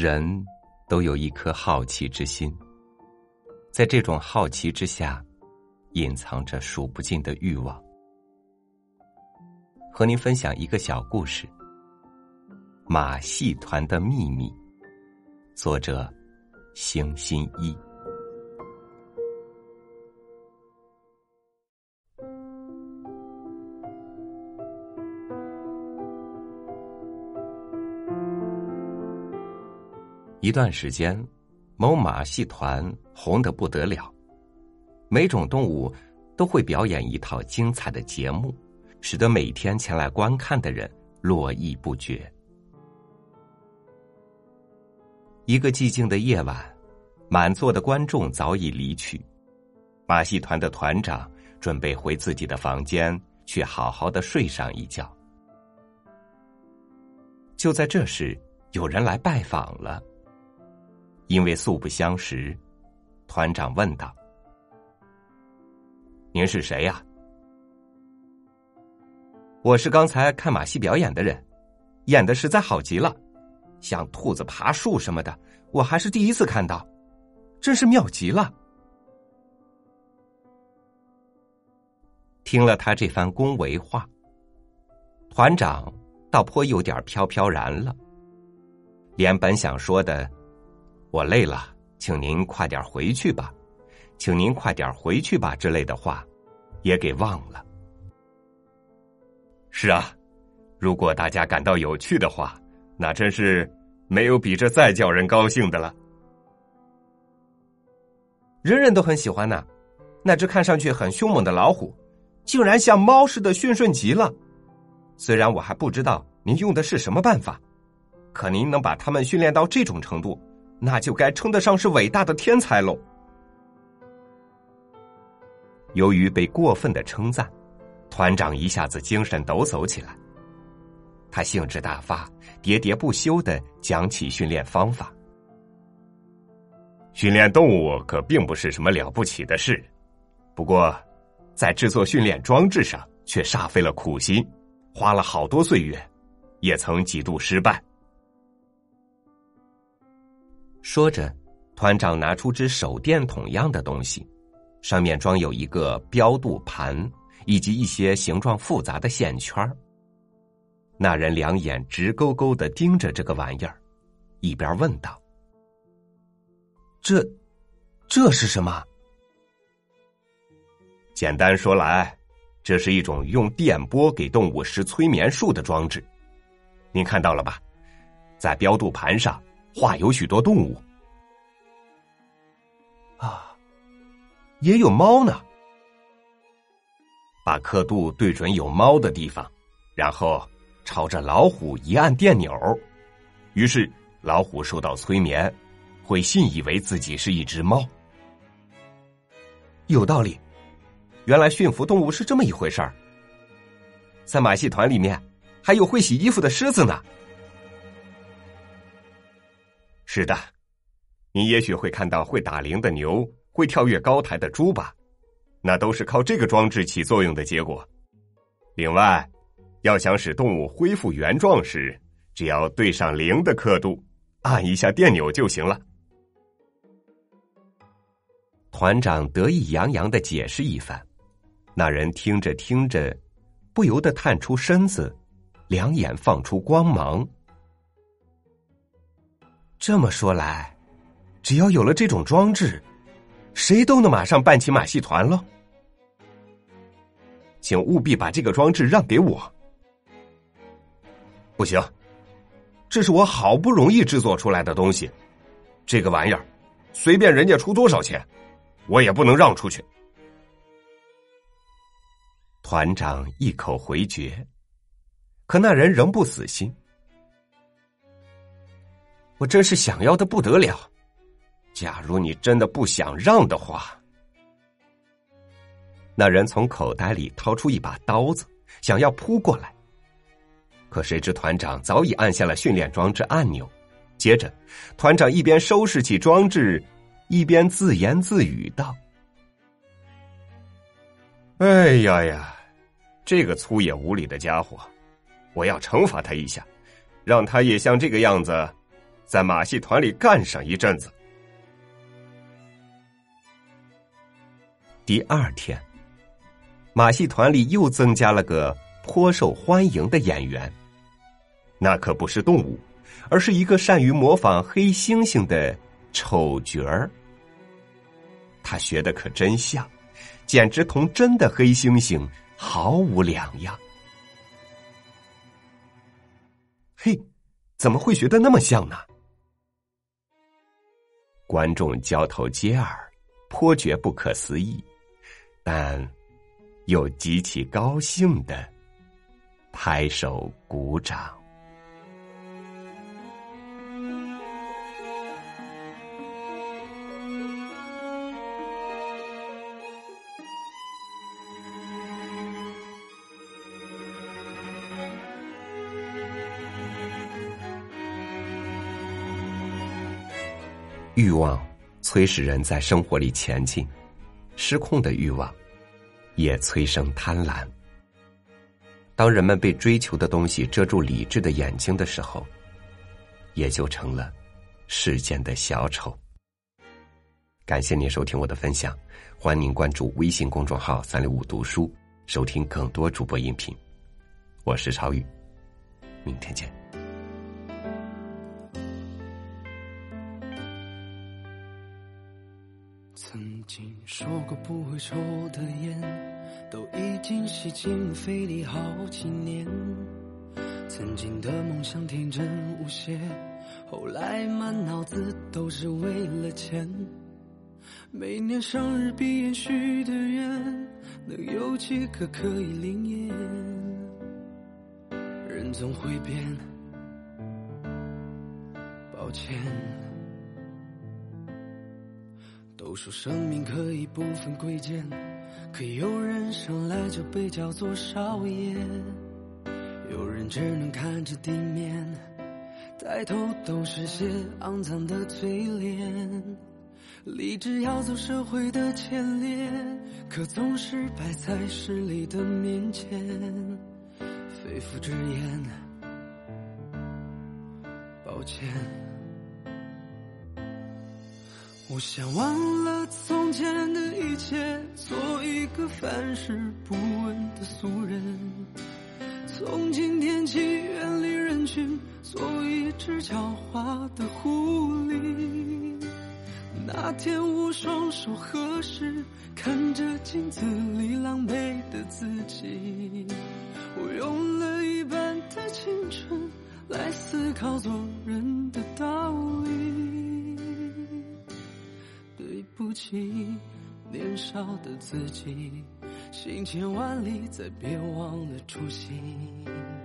人都有一颗好奇之心，在这种好奇之下，隐藏着数不尽的欲望。和您分享一个小故事，马戏团的秘密，作者星星一。一段时间，某马戏团红得不得了，每种动物都会表演一套精彩的节目，使得每天前来观看的人络绎不绝。一个寂静的夜晚，满座的观众早已离去，马戏团的团长准备回自己的房间去好好的睡上一觉。就在这时，有人来拜访了。因为素不相识，团长问道：“您是谁呀？”“我是刚才看马戏表演的人，演的实在好极了，像兔子爬树什么的，我还是第一次看到，真是妙极了。”听了他这番恭维话，团长倒颇有点飘飘然了，连本想说的我累了，请您快点回去吧，请您快点回去吧之类的话也给忘了。是啊，如果大家感到有趣的话，那真是没有比这再叫人高兴的了。人人都很喜欢呢，那只看上去很凶猛的老虎竟然像猫似的驯顺极了。虽然我还不知道您用的是什么办法，可您能把它们训练到这种程度，那就该称得上是伟大的天才喽。由于被过分的称赞，团长一下子精神抖擞起来，他兴致大发，喋喋不休地讲起训练方法。训练动物可并不是什么了不起的事，不过在制作训练装置上却煞费了苦心，花了好多岁月，也曾几度失败。说着，团长拿出只手电筒样的东西，上面装有一个标度盘以及一些形状复杂的线圈。那人两眼直勾勾地盯着这个玩意儿，一边问道：“这是什么？”简单说来，这是一种用电波给动物施催眠术的装置。您看到了吧？在标度盘上画有许多动物啊，也有猫呢。把刻度对准有猫的地方，然后朝着老虎一按电钮，于是老虎受到催眠，会信以为自己是一只猫。有道理，原来驯服动物是这么一回事儿。在马戏团里面还有会洗衣服的狮子呢。是的，你也许会看到会打铃的牛，会跳跃高台的猪吧，那都是靠这个装置起作用的结果。另外，要想使动物恢复原状时，只要对上铃的刻度，按一下电钮就行了。团长得意洋洋地解释一番，那人听着听着，不由得探出身子，两眼放出光芒。这么说来，只要有了这种装置，谁都能马上办起马戏团了。请务必把这个装置让给我。不行，这是我好不容易制作出来的东西，这个玩意儿随便人家出多少钱，我也不能让出去。团长一口回绝，可那人仍不死心。我真是想要的不得了，假如你真的不想让的话。那人从口袋里掏出一把刀子，想要扑过来，可谁知团长早已按下了训练装置按钮。接着团长一边收拾起装置，一边自言自语道：“哎呀呀，这个粗野无礼的家伙，我要惩罚他一下，让他也像这个样子在马戏团里干上一阵子。第二天，马戏团里又增加了个颇受欢迎的演员，那可不是动物，而是一个善于模仿黑猩猩的丑角儿。他学的可真像，简直同真的黑猩猩毫无两样。嘿，怎么会学得那么像呢？观众交头接耳，颇觉不可思议，但又极其高兴地拍手鼓掌。欲望催使人在生活里前进，失控的欲望也催生贪婪。当人们被追求的东西遮住理智的眼睛的时候，也就成了世间的小丑。感谢您收听我的分享，欢迎您关注微信公众号365读书，收听更多主播音频。我是超宇，明天见。 曾经说过不会抽的烟，都已经吸进肺里好几年。曾经的梦想天真无邪，后来满脑子都是为了钱。每年生日闭眼许的愿，能有几个可以灵验？人总会变，抱歉。都说生命可以不分贵贱，可有人生来就被叫做少爷，有人只能看着地面，抬头都是些肮脏的嘴脸。立志要走社会的前列，可总是摆在势力的面前，肺腑之言，抱歉。我想忘了从前的一切，做一个凡事不问的俗人。从今天起远离人群，做一只狡猾的狐狸。那天我双手合十，看着镜子里狼狈的自己，我用了一半的青春来思考做人的道理。对不起，年少的自己，行千万里，再别忘了初心。